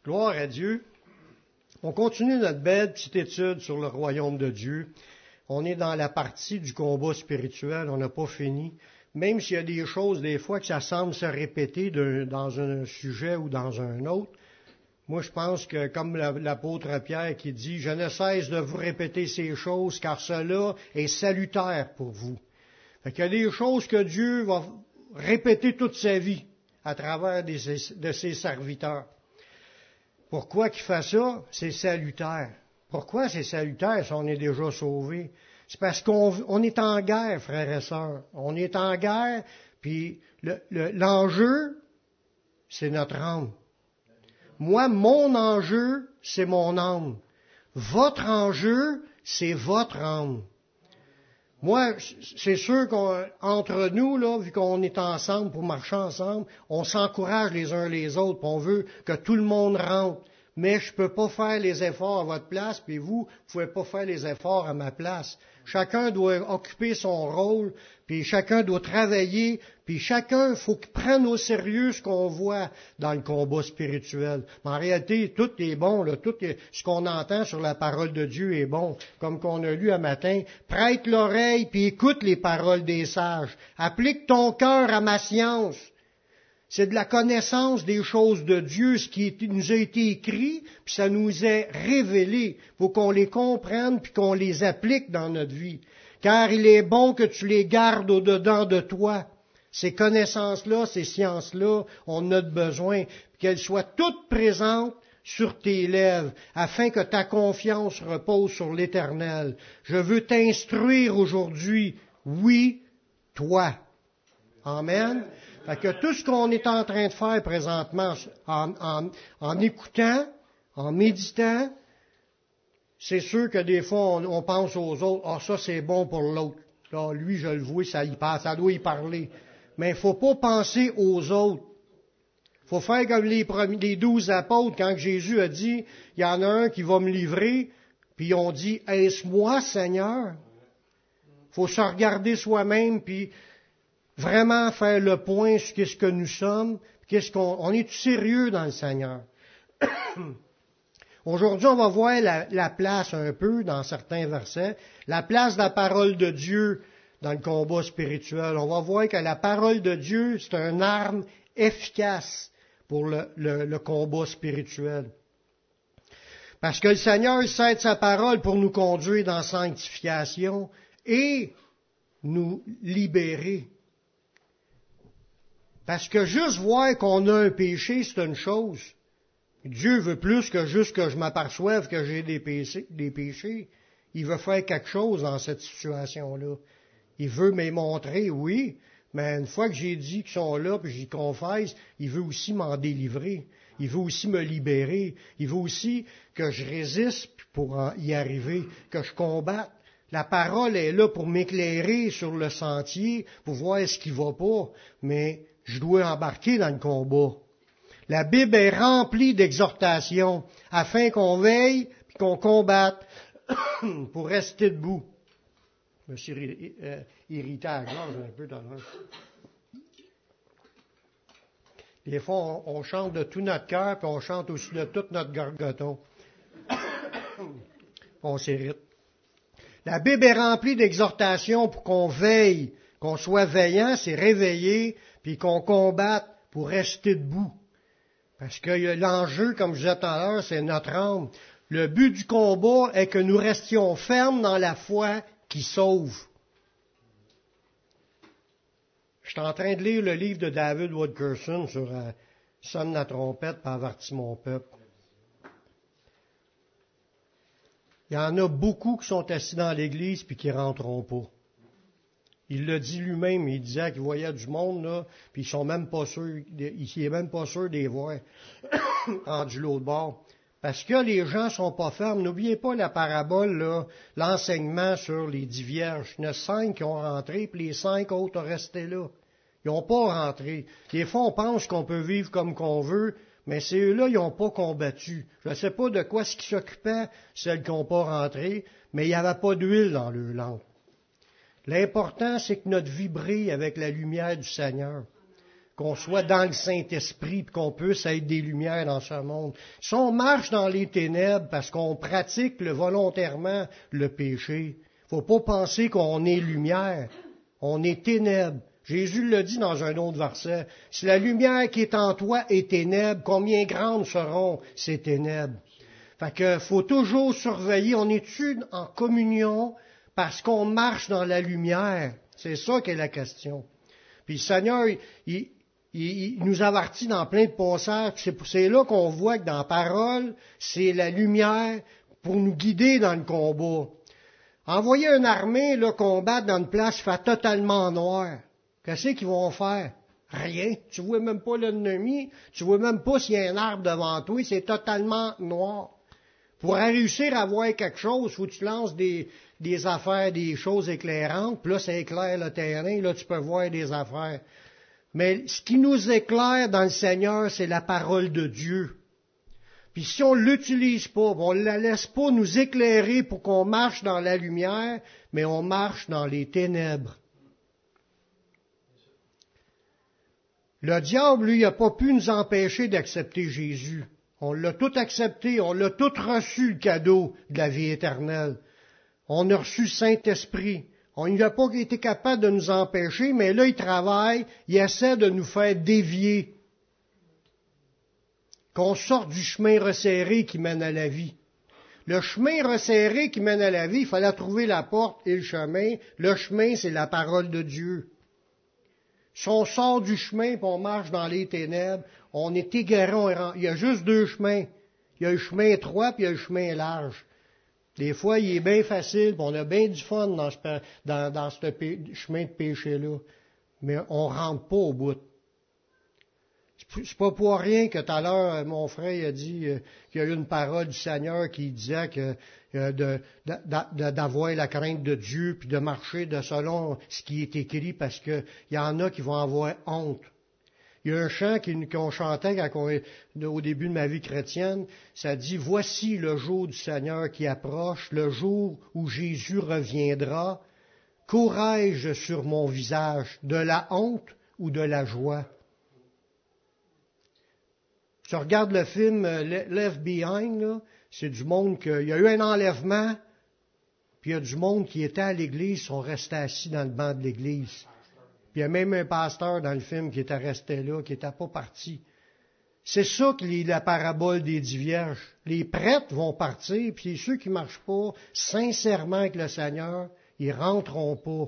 Gloire à Dieu. On continue notre belle petite étude sur le royaume de Dieu. On est dans la partie du combat spirituel, on n'a pas fini. Même s'il y a des choses, des fois, que ça semble se répéter dans un sujet ou dans un autre, moi je pense que, comme l'apôtre Pierre qui dit, « Je ne cesse de vous répéter ces choses, car cela est salutaire pour vous. » Fait qu'il y a des choses que Dieu va répéter toute sa vie à travers de ses serviteurs. Pourquoi qu'il fait ça? C'est salutaire. Pourquoi c'est salutaire si on est déjà sauvé? C'est parce qu'on est en guerre, frères et sœurs. On est en guerre, puis l'enjeu, c'est notre âme. Moi, mon enjeu, c'est mon âme. Votre enjeu, c'est votre âme. Moi, c'est sûr qu'entre nous, là, vu qu'on est ensemble pour marcher ensemble, on s'encourage les uns les autres, puis on veut que tout le monde rentre. Mais je ne peux pas faire les efforts à votre place, puis vous ne pouvez pas faire les efforts à ma place. Chacun doit occuper son rôle, puis chacun doit travailler, puis chacun, il faut qu'il prenne au sérieux ce qu'on voit dans le combat spirituel. Mais en réalité, tout est bon, là, ce qu'on entend sur la parole de Dieu est bon. Comme qu'on a lu un matin, prête l'oreille, puis écoute les paroles des sages. Applique ton cœur à ma science. C'est de la connaissance des choses de Dieu, ce qui nous a été écrit, puis ça nous est révélé. Il faut qu'on les comprenne, puis qu'on les applique dans notre vie. Car il est bon que tu les gardes au-dedans de toi. Ces connaissances-là, ces sciences-là, on a besoin, qu'elles soient toutes présentes sur tes lèvres, afin que ta confiance repose sur l'Éternel. Je veux t'instruire aujourd'hui, oui, toi. Amen. Fait que tout ce qu'on est en train de faire présentement, en écoutant, en méditant, c'est sûr que des fois, on pense aux autres, « Ah, ça c'est bon pour l'autre. Là, lui, je le vois, ça doit y parler. » Mais il ne faut pas penser aux autres. Il faut faire comme les 12 apôtres, quand Jésus a dit, « Il y en a un qui va me livrer. » Puis ils ont dit, « Est-ce moi, Seigneur? » Il faut se regarder soi-même, puis vraiment faire le point sur qu'est-ce que nous sommes, on est sérieux dans le Seigneur. Aujourd'hui, on va voir la place un peu dans certains versets, la place de la parole de Dieu dans le combat spirituel. On va voir que la parole de Dieu, c'est une arme efficace pour le combat spirituel. Parce que le Seigneur il cède sa parole pour nous conduire dans la sanctification et nous libérer. Parce que juste voir qu'on a un péché, c'est une chose. Dieu veut plus que juste que je m'aperçoive que j'ai des péchés. Il veut faire quelque chose dans cette situation-là. Il veut me montrer, oui, mais une fois que j'ai dit qu'ils sont là, puis j'y confesse, il veut aussi m'en délivrer. Il veut aussi me libérer. Il veut aussi que je résiste pour y arriver, que je combatte. La parole est là pour m'éclairer sur le sentier, pour voir ce qui ne va pas, mais je dois embarquer dans le combat. La Bible est remplie d'exhortations afin qu'on veille et qu'on combatte pour rester debout. Je me suis irrité à la gorge un peu dans l'heure. Des fois, on chante de tout notre cœur, puis on chante aussi de tout notre gargoton. On s'irrite. La Bible est remplie d'exhortations pour qu'on veille, qu'on soit veillant, c'est réveiller, puis qu'on combatte pour rester debout. Parce que l'enjeu, comme je disais tout à l'heure, c'est notre âme. Le but du combat est que nous restions fermes dans la foi qui sauve. Je suis en train de lire le livre de David Woodkerson sur sonne la trompette et avertis mon peuple. Il y en a beaucoup qui sont assis dans l'église puis qui ne rentreront pas. Il l'a dit lui-même, il disait qu'il voyait du monde, là, puis ils sont même pas sûrs, il n'est même pas sûr de les voir rendus l'autre bord. Parce que les gens sont pas fermes. N'oubliez pas la parabole, là, l'enseignement sur les 10 vierges. Il y en a 5 qui ont rentré, puis les 5 autres ont resté là. Ils n'ont pas rentré. Des fois, on pense qu'on peut vivre comme qu'on veut, mais c'est eux-là, ils n'ont pas combattu. Je ne sais pas de quoi ce qui s'occupait, celles qui n'ont pas rentré, mais il n'y avait pas d'huile dans leur lampe. L'important, c'est que notre vie brille avec la lumière du Seigneur. qu'on soit dans le Saint-Esprit et qu'on puisse être des lumières dans ce monde. Si on marche dans les ténèbres parce qu'on pratique volontairement le péché, faut pas penser qu'on est lumière. On est ténèbres. Jésus le dit dans un autre verset. Si la lumière qui est en toi est ténèbres, combien grandes seront ces ténèbres? Fait que faut toujours surveiller. On est-tu en communion parce qu'on marche dans la lumière? C'est ça qu'est la question. Puis le Seigneur, il nous avertit dans plein de passages. C'est là qu'on voit que dans la parole, c'est la lumière pour nous guider dans le combat. Envoyer une armée là, combattre dans une place fait totalement noir. Qu'est-ce qu'ils vont faire? Rien. Tu vois même pas l'ennemi. Tu vois même pas s'il y a un arbre devant toi. C'est totalement noir. Pour réussir à voir quelque chose, il faut que tu lances des affaires, des choses éclairantes. Puis là, ça éclaire le terrain. Là, tu peux voir des affaires. Mais ce qui nous éclaire dans le Seigneur, c'est la parole de Dieu. Puis si on ne l'utilise pas, on ne la laisse pas nous éclairer pour qu'on marche dans la lumière, mais on marche dans les ténèbres. Le diable, lui, n'a pas pu nous empêcher d'accepter Jésus. On l'a tout accepté, on l'a tout reçu, le cadeau de la vie éternelle. On a reçu le Saint-Esprit. Il n'a pas été capable de nous empêcher, mais là, il travaille, il essaie de nous faire dévier. Qu'on sorte du chemin resserré qui mène à la vie. Le chemin resserré qui mène à la vie, il fallait trouver la porte et le chemin. Le chemin, c'est la parole de Dieu. Si on sort du chemin et on marche dans les ténèbres, on est égaré. Il y a juste deux chemins. Il y a le chemin étroit puis il y a le chemin large. Des fois, il est bien facile, puis on a bien du fun dans ce chemin de péché-là. Mais on rentre pas au bout. C'est pas pour rien que tout à l'heure, mon frère a dit qu'il y a eu une parole du Seigneur qui disait que d'avoir la crainte de Dieu puis de marcher selon ce qui est écrit parce que il y en a qui vont avoir honte. Il y a un chant qu'on chantait au début de ma vie chrétienne, ça dit « Voici le jour du Seigneur qui approche, le jour où Jésus reviendra. Qu'aurai-je sur mon visage, de la honte ou de la joie? » Tu regardes le film Left Behind, là, c'est du monde il y a eu un enlèvement, puis il y a du monde qui était à l'église, sont restés assis dans le banc de l'église. Puis il y a même un pasteur dans le film qui était resté là, qui n'était pas parti. C'est ça que la parabole des 10 vierges. Les prêtres vont partir, puis ceux qui ne marchent pas sincèrement avec le Seigneur, ils ne rentreront pas.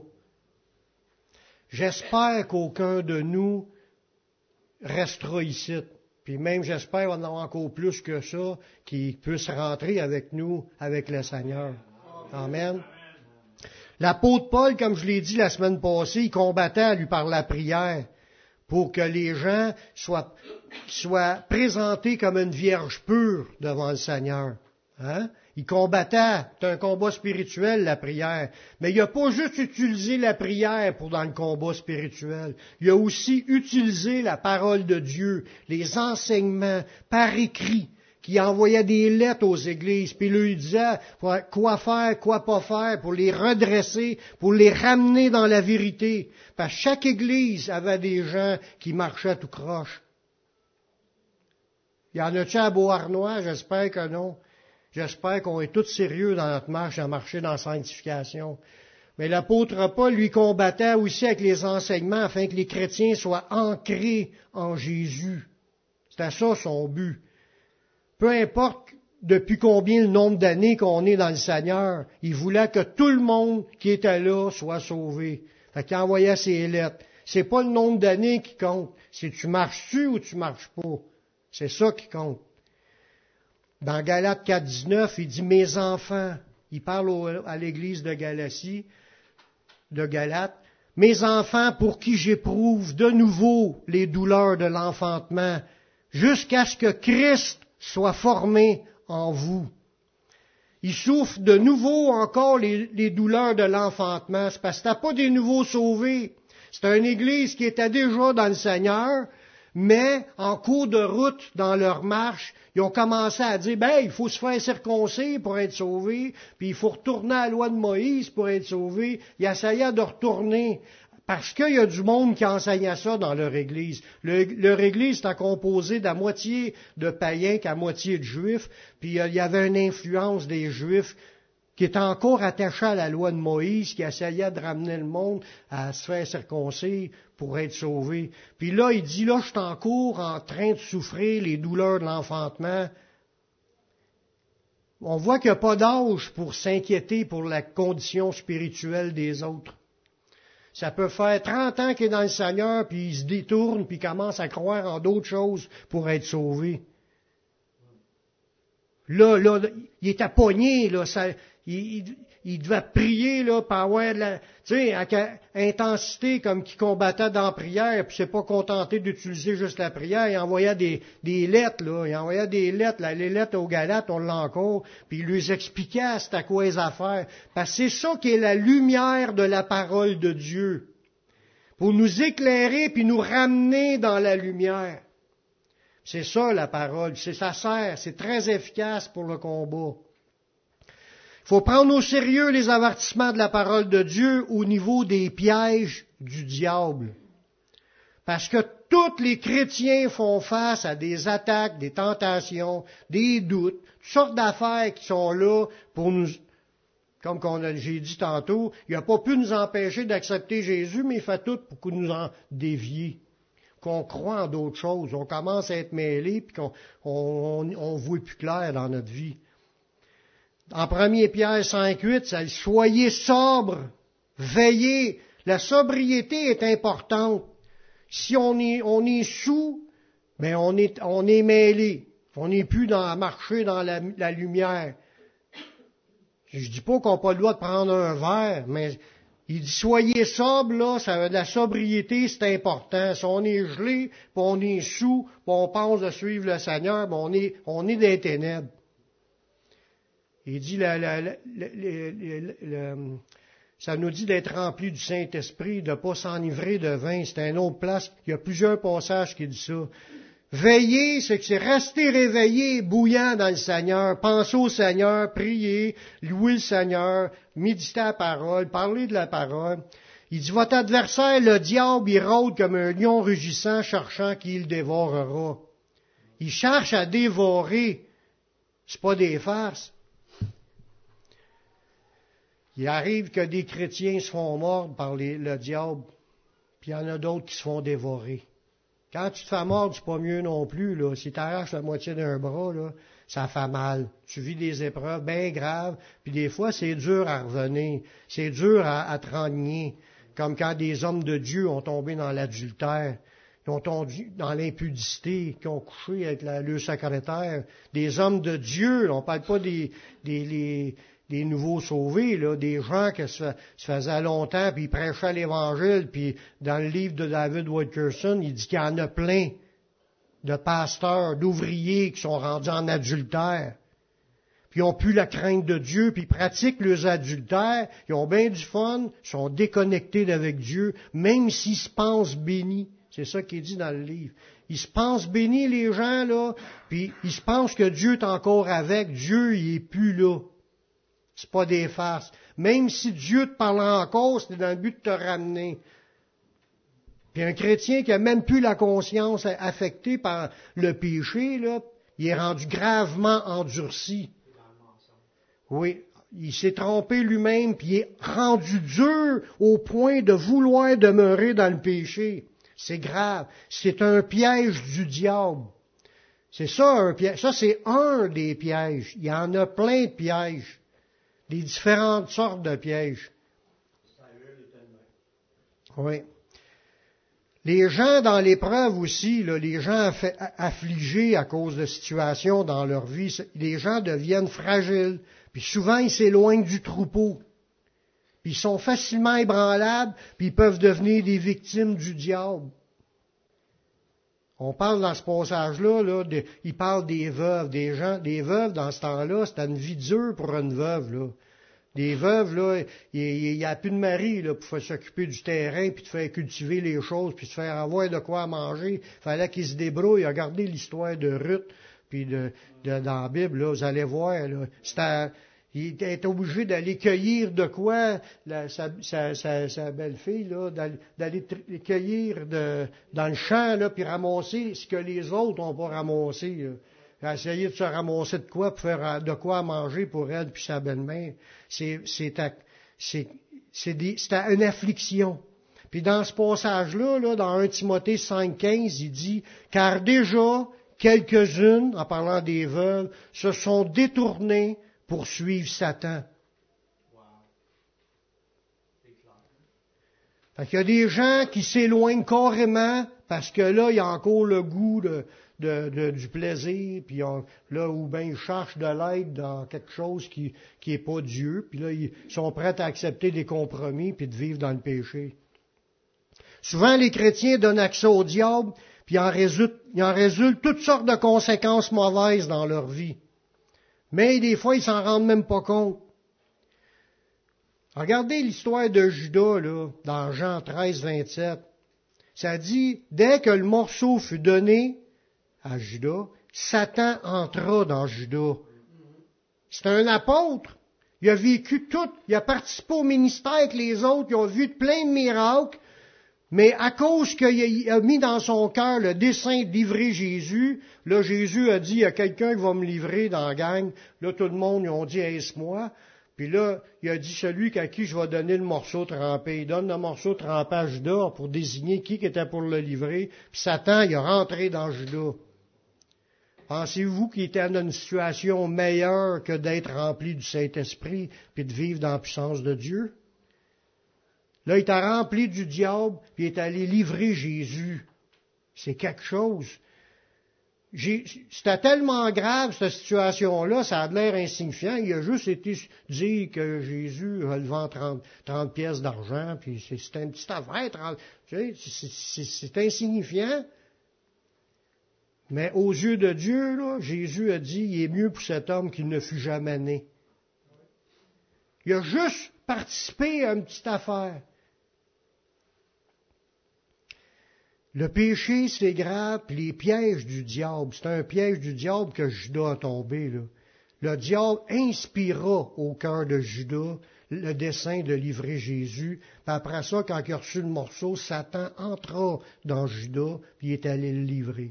J'espère qu'aucun de nous restera ici. Puis même, j'espère qu'on en a encore plus que ça, qui puissent rentrer avec nous, avec le Seigneur. Amen. L'apôtre Paul, comme je l'ai dit la semaine passée, il combattait à lui par la prière pour que les gens soient présentés comme une vierge pure devant le Seigneur. Hein? Il combattait, c'est un combat spirituel, la prière. Mais il n'a pas juste utilisé la prière dans le combat spirituel. Il a aussi utilisé la parole de Dieu, les enseignements par écrit, qui envoyait des lettres aux églises, puis lui disait quoi faire, quoi pas faire, pour les redresser, pour les ramener dans la vérité. Parce que chaque église avait des gens qui marchaient tout croche. Y en a-tu à Beauharnois? J'espère que non. J'espère qu'on est tous sérieux dans notre marche à marcher dans la sanctification. Mais l'apôtre Paul, lui, combattait aussi avec les enseignements afin que les chrétiens soient ancrés en Jésus. C'était ça son but. Peu importe depuis combien le nombre d'années qu'on est dans le Seigneur, il voulait que tout le monde qui était là soit sauvé. Fait qu'il envoyait ses lettres. C'est pas le nombre d'années qui compte, c'est tu marches-tu ou tu marches pas. C'est ça qui compte. Dans Galates 4.19, il dit « Mes enfants », il parle à l'église de Galatie, de Galates, « Mes enfants pour qui j'éprouve de nouveau les douleurs de l'enfantement, jusqu'à ce que Christ soit formé en vous. » Il souffre de nouveau encore les douleurs de l'enfantement. C'est parce que c'était pas des nouveaux sauvés. C'est une église qui était déjà dans le Seigneur, mais en cours de route dans leur marche, ils ont commencé à dire, il faut se faire circoncire pour être sauvé, puis il faut retourner à la loi de Moïse pour être sauvé. Ils essayaient de retourner Parce qu'il y a du monde qui enseignait ça dans leur Église. Leur Église était composée d'à moitié de païens qu'à moitié de juifs, puis il y avait une influence des juifs qui étaient encore attachés à la loi de Moïse, qui essayaient de ramener le monde à se faire circoncire pour être sauvé. Puis là, il dit, là, je suis encore en train de souffrir les douleurs de l'enfantement. On voit qu'il n'y a pas d'âge pour s'inquiéter pour la condition spirituelle des autres. Ça peut faire 30 ans qu'il est dans le Seigneur, puis il se détourne, puis il commence à croire en d'autres choses pour être sauvé. Là, il était pogné, là, il devait prier, là, par avoir de la, tu sais, avec intensité comme qui combattait dans la prière, puis s'est pas contenté d'utiliser juste la prière, il envoyait des lettres, là, il envoyait des lettres, là, les lettres aux Galates, on l'a encore, puis il lui expliquait c'était à quoi les affaires, parce que c'est ça qui est la lumière de la parole de Dieu, pour nous éclairer puis nous ramener dans la lumière. C'est ça la parole, ça sert, c'est très efficace pour le combat. Il faut prendre au sérieux les avertissements de la parole de Dieu au niveau des pièges du diable. Parce que tous les chrétiens font face à des attaques, des tentations, des doutes, toutes sortes d'affaires qui sont là pour nous, comme j'ai dit tantôt, il n'a pas pu nous empêcher d'accepter Jésus, mais il fait tout pour que nous en dévier. Qu'on croit en d'autres choses, on commence à être mêlés, puis qu'on voit plus clair dans notre vie. En 1 Pierre 5,8, ça dit « Soyez sobres, veillez ». La sobriété est importante. Si on est sous, ben on est mêlé. On n'est plus à marcher dans la lumière. Je dis pas qu'on n'a pas le droit de prendre un verre, mais il dit « Soyez sobres », là, la sobriété, c'est important. Si on est gelé, puis on est sous, puis on pense de suivre le Seigneur, ben on est dans les ténèbres. Il dit, ça nous dit d'être rempli du Saint-Esprit, de ne pas s'enivrer de vin. C'est une autre place. Il y a plusieurs passages qui disent ça. Veiller, c'est que c'est rester réveillé, bouillant dans le Seigneur. Penser au Seigneur, prier, louer le Seigneur, méditer la parole, parler de la parole. Il dit, votre adversaire, le diable, il rôde comme un lion rugissant, cherchant qui le dévorera. Il cherche à dévorer. C'est pas des farces. Il arrive que des chrétiens se font mordre par le diable, puis il y en a d'autres qui se font dévorer. Quand tu te fais mordre, c'est pas mieux non plus, là. Si tu arraches la moitié d'un bras, là, ça fait mal. Tu vis des épreuves bien graves, puis des fois, c'est dur à revenir. C'est dur à te renier. Comme quand des hommes de Dieu ont tombé dans l'adultère, qui ont tombé dans l'impudicité, qui ont couché avec le secrétaire. Des hommes de Dieu, on ne parle pas des nouveaux sauvés, là, des gens qui se faisaient longtemps, puis ils prêchaient l'Évangile, puis dans le livre de David Wilkerson, il dit qu'il y en a plein de pasteurs, d'ouvriers qui sont rendus en adultère, puis ils n'ont plus la crainte de Dieu, puis ils pratiquent leurs adultères, ils ont bien du fun, ils sont déconnectés d'avec Dieu, même s'ils se pensent bénis. C'est ça qui est dit dans le livre. Ils se pensent bénis, les gens, là, puis ils se pensent que Dieu est encore avec. Dieu, il est plus là. C'est pas des farces. Même si Dieu te parle encore, c'est dans le but de te ramener. Puis un chrétien qui a même plus la conscience affectée par le péché, là, il est rendu gravement endurci. Oui, il s'est trompé lui-même, puis il est rendu dur au point de vouloir demeurer dans le péché. C'est grave. C'est un piège du diable. C'est ça un piège. Ça, c'est un des pièges. Il y en a plein de pièges. Des différentes sortes de pièges. Oui. Les gens dans l'épreuve aussi, là, les gens affligés à cause de situations dans leur vie, les gens deviennent fragiles. Puis souvent, ils s'éloignent du troupeau. Puis ils sont facilement ébranlables, puis ils peuvent devenir des victimes du diable. On parle dans ce passage-là, il parle des veuves, des veuves dans ce temps-là, c'était une vie dure pour une veuve, là. Des veuves, là, il n'y a plus de mari, là, pour s'occuper du terrain, puis de faire cultiver les choses, puis de faire avoir de quoi manger. Il fallait qu'ils se débrouillent. Regardez l'histoire de Ruth, puis dans la Bible, là, vous allez voir, là, Il était obligé d'aller cueillir de quoi, sa belle-fille, là, d'aller cueillir dans le champ, là, puis ramasser ce que les autres n'ont pas ramassé. Essayer de se ramasser de quoi pour faire de quoi à manger pour elle puis sa belle-mère. C'est une affliction. Puis dans ce passage-là, là, dans 1 Timothée 5,15, il dit, car déjà, quelques-unes, en parlant des veuves, se sont détournées pour suivre Satan. Fait qu'il y a des gens qui s'éloignent carrément parce que là, il y a encore le goût du plaisir, puis là où ben ils cherchent de l'aide dans quelque chose qui est pas Dieu, puis là ils sont prêts à accepter des compromis puis de vivre dans le péché. Souvent les chrétiens donnent accès au diable, puis il en résulte toutes sortes de conséquences mauvaises dans leur vie. Mais des fois ils s'en rendent même pas compte. Regardez l'histoire de Judas là dans Jean 13, 27. Ça dit dès que le morceau fut donné à Judas, Satan entra dans Judas. C'est un apôtre. Il a vécu tout. Il a participé au ministère avec les autres. Ils ont vu plein de miracles. Mais à cause qu'il a mis dans son cœur le dessein de livrer Jésus, là, Jésus a dit, il y a quelqu'un qui va me livrer dans la gang. Là, tout le monde, ils ont dit, aide-moi. Puis là, il a dit, celui à qui je vais donner le morceau trempé. Il donne le morceau trempé à Judas pour désigner qui était pour le livrer. Puis Satan, il a rentré dans Judas. Pensez-vous qu'il était dans une situation meilleure que d'être rempli du Saint-Esprit puis de vivre dans la puissance de Dieu? Là, il était rempli du diable puis il est allé livrer Jésus. C'est quelque chose. C'était tellement grave, cette situation-là, ça a l'air insignifiant. Il a juste été dit que Jésus a le vent 30 pièces d'argent, puis c'était une petite affaire. C'est insignifiant. Mais aux yeux de Dieu, là, Jésus a dit, il est mieux pour cet homme qu'il ne fût jamais né. Il a juste participé à une petite affaire. Le péché, c'est grave, puis les pièges du diable. C'est un piège du diable que Judas a tombé, là. Le diable inspira au cœur de Judas le dessein de livrer Jésus. Puis après ça, quand il a reçu le morceau, Satan entra dans Judas, puis il est allé le livrer.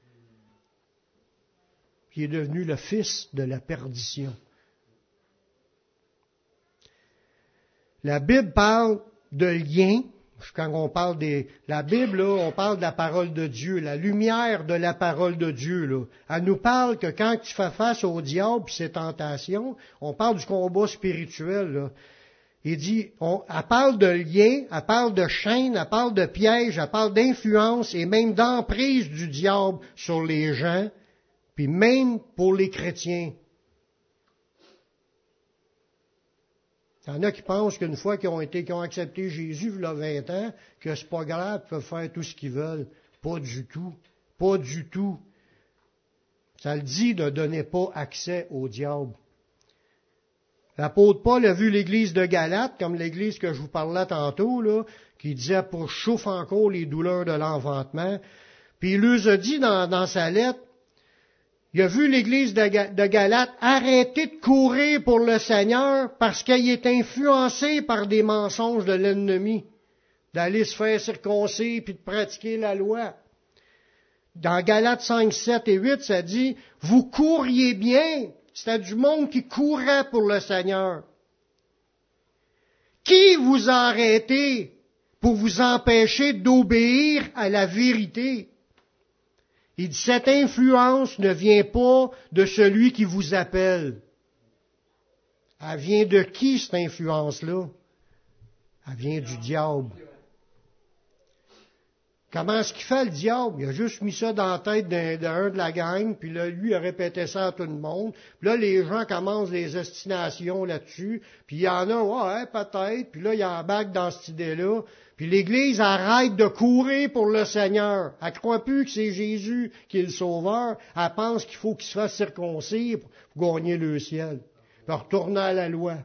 Puis il est devenu le fils de la perdition. La Bible parle de lien. Quand on parle la Bible, là, on parle de la parole de Dieu, la lumière de la parole de Dieu. Là. Elle nous parle que quand tu fais face au diable et ses tentations, on parle du combat spirituel. Là. Il dit, elle parle de lien, elle parle de chaîne, elle parle de piège, elle parle d'influence et même d'emprise du diable sur les gens, puis même pour les chrétiens. Il y en a qui pensent qu'une fois qu'ils ont accepté Jésus, il y a 20 ans, que c'est pas grave, ils peuvent faire tout ce qu'ils veulent. Pas du tout. Pas du tout. Ça le dit, ne donnez pas accès au diable. L'apôtre Paul a vu l'église de Galate, comme l'église que je vous parlais tantôt, là, qui disait pour chauffe encore les douleurs de l'enfantement. Puis il leur a dit dans sa lettre, il a vu l'église de Galate arrêter de courir pour le Seigneur parce qu'il est influencé par des mensonges de l'ennemi, d'aller se faire circoncire puis de pratiquer la loi. Dans Galates 5, 7 et 8, ça dit, vous couriez bien. C'était du monde qui courait pour le Seigneur. Qui vous a arrêté pour vous empêcher d'obéir à la vérité? Il dit, cette influence ne vient pas de celui qui vous appelle. Elle vient de qui, cette influence-là? Elle vient du diable. Comment est-ce qu'il fait, le diable? Il a juste mis ça dans la tête d'un de la gang, puis là, lui, il a répété ça à tout le monde. Puis là, les gens commencent des ostinations là-dessus, puis il y en a, ouais, peut-être, puis là, il embarque dans cette idée-là. Puis l'Église arrête de courir pour le Seigneur. Elle ne croit plus que c'est Jésus qui est le Sauveur. Elle pense qu'il faut qu'il se fasse circoncire pour gagner le ciel. Puis retourner à la loi.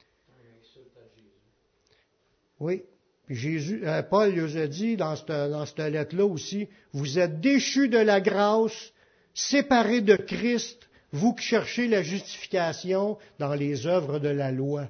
Oui. Puis Paul lui a dit dans cette lettre-là aussi, vous êtes déchus de la grâce, séparés de Christ, vous qui cherchez la justification dans les œuvres de la loi.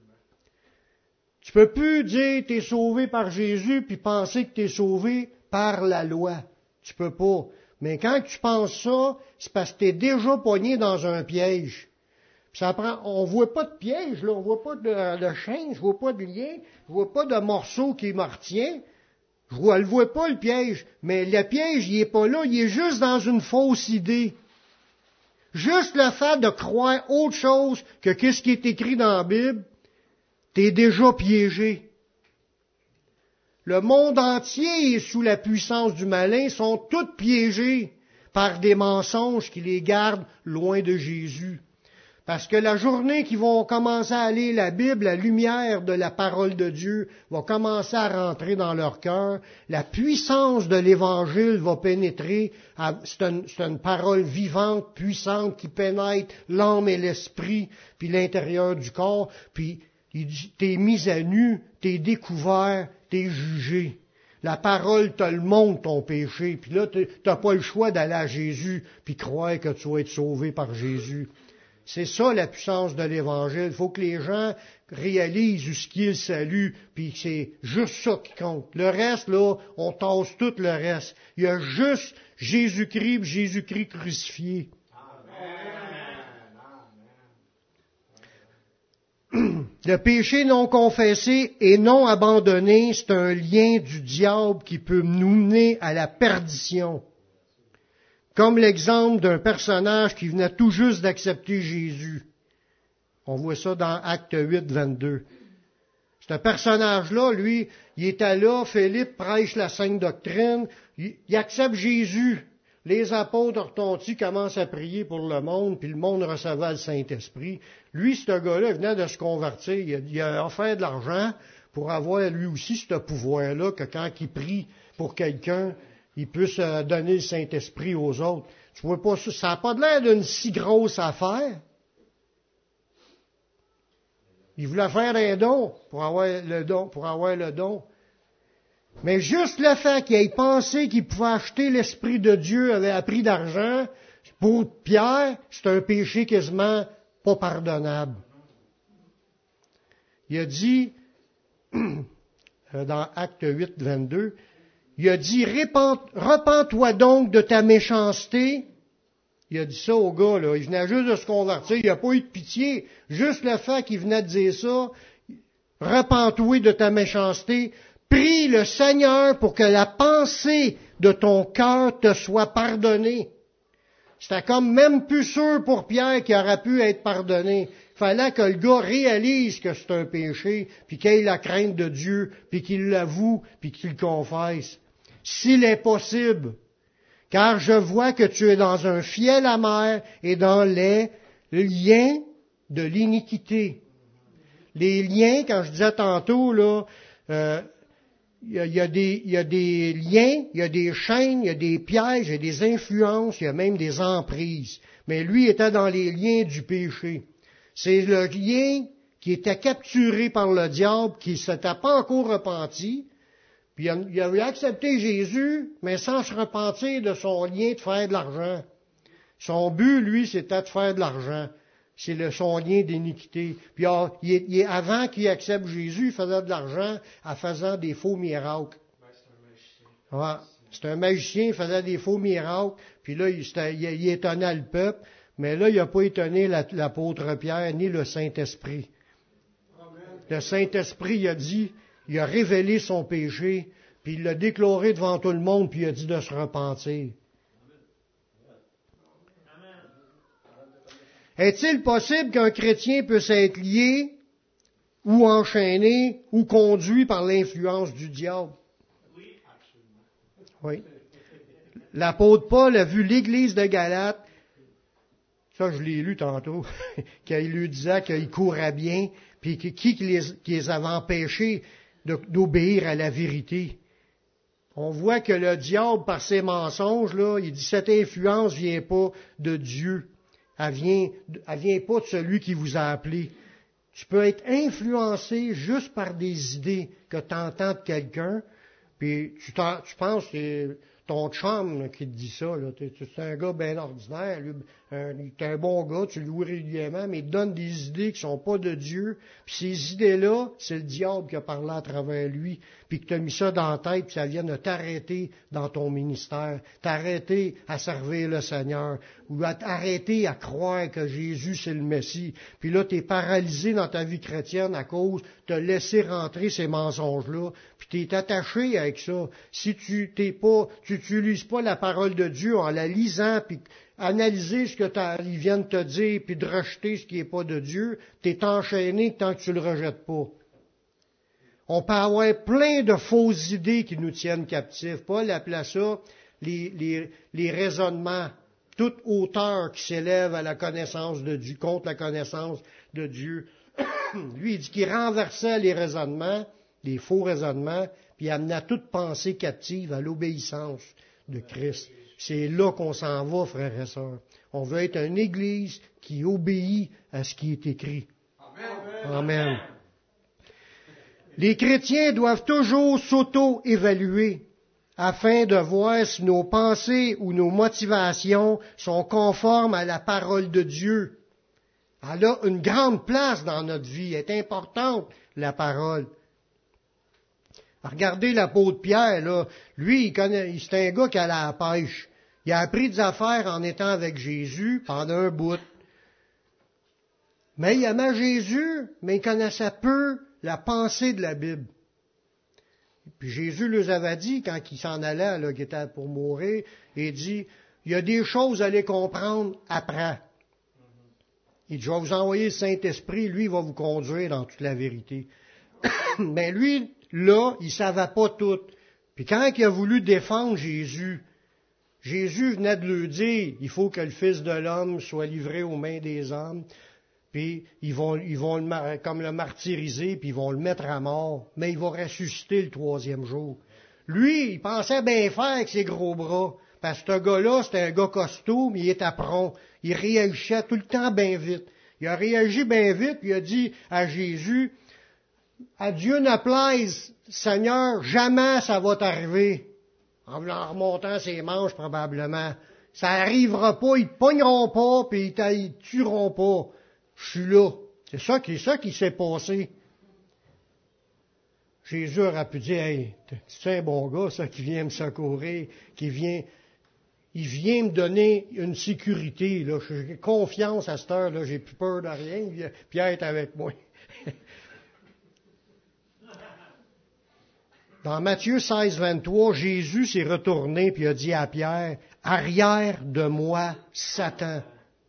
Tu peux plus dire t'es sauvé par Jésus puis penser que t'es sauvé par la loi. Tu peux pas. Mais quand tu penses ça, c'est parce que t'es déjà pogné dans un piège. Puis ça prend, on voit pas de piège, là, on voit pas de chaîne, je vois pas de lien, je vois pas de morceau qui me retient. Je le vois pas le piège. Mais le piège, il est pas là, il est juste dans une fausse idée. Juste le fait de croire autre chose que qu'est-ce qui est écrit dans la Bible, t'es déjà piégé. Le monde entier est sous la puissance du malin, sont tous piégés par des mensonges qui les gardent loin de Jésus. Parce que la journée qu'ils vont commencer à lire la Bible, la lumière de la parole de Dieu va commencer à rentrer dans leur cœur. La puissance de l'Évangile va pénétrer. C'est une parole vivante, puissante, qui pénètre l'âme et l'esprit, puis l'intérieur du corps. Puis t'es mis à nu, t'es découvert, t'es jugé. La parole te le montre, ton péché. Puis là, t'as pas le choix d'aller à Jésus, puis croire que tu vas être sauvé par Jésus. C'est ça la puissance de l'Évangile. Il faut que les gens réalisent ce qu'est le salut, puis c'est juste ça qui compte. Le reste, là, on tasse tout le reste. Il y a juste Jésus-Christ, Jésus-Christ crucifié. Le péché non confessé et non abandonné, c'est un lien du diable qui peut nous mener à la perdition. Comme l'exemple d'un personnage qui venait tout juste d'accepter Jésus. On voit ça dans Acte 8, 22. Ce personnage-là, lui, il était là, Philippe prêche la sainte doctrine, il accepte Jésus. Les apôtres retentis commencent à prier pour le monde, puis le monde recevait le Saint-Esprit. Lui, ce gars-là, il venait de se convertir. Il a offert de l'argent pour avoir lui aussi ce pouvoir-là, que quand il prie pour quelqu'un, il puisse donner le Saint-Esprit aux autres. Tu vois pas ça? Ça n'a pas l'air d'une si grosse affaire. Il voulait faire un don pour avoir le don. Mais juste le fait qu'il ait pensé qu'il pouvait acheter l'Esprit de Dieu à prix d'argent, pour Pierre, c'est un péché quasiment pas pardonnable. Il a dit, dans Acte 8, 22, il a dit, repens-toi donc de ta méchanceté. Il a dit ça au gars, là. Il venait juste de se convertir. Il n'a pas eu de pitié. Juste le fait qu'il venait de dire ça, repens-toi de ta méchanceté. Prie le Seigneur pour que la pensée de ton cœur te soit pardonnée. C'était comme même plus sûr pour Pierre qu'il aurait pu être pardonné. Il fallait que le gars réalise que c'est un péché, puis qu'il ait la crainte de Dieu, puis qu'il l'avoue, puis qu'il le confesse. S'il est possible, car je vois que tu es dans un fiel amer et dans les liens de l'iniquité. Les liens, quand je disais tantôt, là, il y a des liens, il y a des chaînes, il y a des pièges, il y a des influences, il y a même des emprises. Mais lui était dans les liens du péché. C'est le lien qui était capturé par le diable, qui ne s'était pas encore repenti. Puis il avait accepté Jésus, mais sans se repentir de son lien de faire de l'argent. Son but, lui, c'était de faire de l'argent. C'est son lien d'iniquité. Puis avant qu'il accepte Jésus, il faisait de l'argent en faisant des faux miracles. Ouais, c'est un magicien, il faisait des faux miracles. Puis là, il étonnait le peuple. Mais là, il n'a pas étonné l'apôtre Pierre ni le Saint-Esprit. Le Saint-Esprit, il a révélé son péché, puis il l'a déclaré devant tout le monde, puis il a dit de se repentir. Est-il possible qu'un chrétien puisse être lié ou enchaîné ou conduit par l'influence du diable? Oui. L'apôtre Paul a vu l'Église de Galate, ça je l'ai lu tantôt, qu'il lui disait qu'il courait bien, puis qui les avait empêchés d'obéir à la vérité. On voit que le diable, par ses mensonges, là, il dit cette influence vient pas de Dieu. Elle vient pas de celui qui vous a appelé. Tu peux être influencé juste par des idées que tu entends de quelqu'un, puis tu penses que c'est ton chum là, qui te dit ça. Là. C'est un gars bien ordinaire. Lui, il est un bon gars, tu le loues régulièrement, mais il te donne des idées qui sont pas de Dieu. Puis ces idées-là, c'est le diable qui a parlé à travers lui, puis que tu as mis ça dans la tête, puis ça vient de t'arrêter dans ton ministère, t'arrêter à servir le Seigneur, ou à t'arrêter à croire que Jésus c'est le Messie. Puis là, tu es paralysé dans ta vie chrétienne à cause de laisser rentrer ces mensonges-là, puis tu es attaché avec ça. Si tu n'utilises pas la parole de Dieu en la lisant, puis analyser ce que ils viennent te dire, puis de rejeter ce qui n'est pas de Dieu, tu es enchaîné tant que tu le rejettes pas. On peut avoir plein de fausses idées qui nous tiennent captifs. Paul appelait ça les raisonnements. Toute hauteur qui s'élève à la connaissance de Dieu, contre la connaissance de Dieu. Lui, il dit qu'il renversait les raisonnements, les faux raisonnements, puis il amenait toute pensée captive à l'obéissance de Christ. C'est là qu'on s'en va, frères et sœurs. On veut être une Église qui obéit à ce qui est écrit. Amen. Amen. Les chrétiens doivent toujours s'auto-évaluer afin de voir si nos pensées ou nos motivations sont conformes à la parole de Dieu. Elle a une grande place dans notre vie, elle est importante, la parole. Regardez l'apôtre Pierre, là. Lui, c'est un gars qui allait à la pêche. Il a appris des affaires en étant avec Jésus pendant un bout. Mais il aimait Jésus, mais il connaissait peu la pensée de la Bible. Puis Jésus leur avait dit, quand il s'en allait, là, qu'il était pour mourir, il dit, il y a des choses à aller comprendre après. Il dit, je vais vous envoyer le Saint-Esprit, lui, il va vous conduire dans toute la vérité. Mais lui, là, il ne savait pas tout. Puis quand il a voulu défendre Jésus, Jésus venait de lui dire, il faut que le Fils de l'homme soit livré aux mains des hommes, puis ils vont comme le martyriser, puis ils vont le mettre à mort, mais il va ressusciter le 3e jour. Lui, il pensait bien faire avec ses gros bras, parce que ce gars-là, c'était un gars costaud, mais il était prompt. Il réagissait tout le temps bien vite. Il a réagi bien vite, puis il a dit à Jésus, « À Dieu ne plaise, Seigneur, jamais ça va t'arriver. » En remontant ses manches, probablement. Ça n'arrivera pas, ils te pogneront pas, puis ils te tueront pas. Je suis là. C'est ça qui s'est passé. Jésus aurait pu dire, hey, c'est un bon gars, ça, qui vient me secourir, il vient me donner une sécurité, là. J'ai confiance à cette heure, là, j'ai plus peur de rien, Pierre est avec moi. Dans Matthieu 16, 23, Jésus s'est retourné puis a dit à Pierre, « Arrière de moi, Satan. »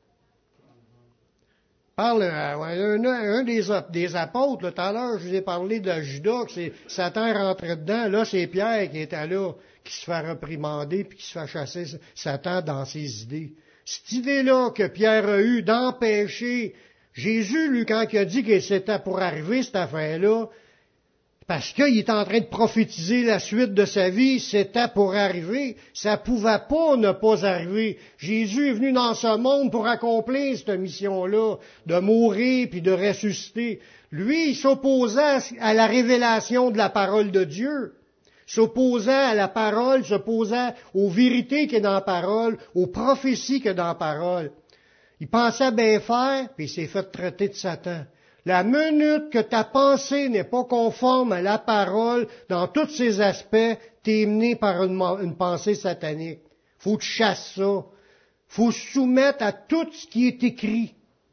Parle un des apôtres, là, tout à l'heure, je vous ai parlé de Judas, que c'est Satan rentré dedans. Là, c'est Pierre qui était là, qui se fait réprimander puis qui se fait chasser Satan dans ses idées. Cette idée-là que Pierre a eue d'empêcher Jésus, lui, quand il a dit que c'était pour arriver, cette affaire-là, parce qu'il est en train de prophétiser la suite de sa vie, c'était pour arriver. Ça pouvait pas ne pas arriver. Jésus est venu dans ce monde pour accomplir cette mission-là, de mourir puis de ressusciter. Lui, il s'opposait à la révélation de la parole de Dieu. S'opposait à la parole, s'opposait aux vérités qu'il y a dans la parole, aux prophéties qu'il y a dans la parole. Il pensait bien faire, puis il s'est fait traiter de Satan. La minute que ta pensée n'est pas conforme à la parole, dans tous ses aspects, t'es mené par une pensée satanique. Faut que tu chasses ça. Faut se soumettre à tout ce qui est écrit.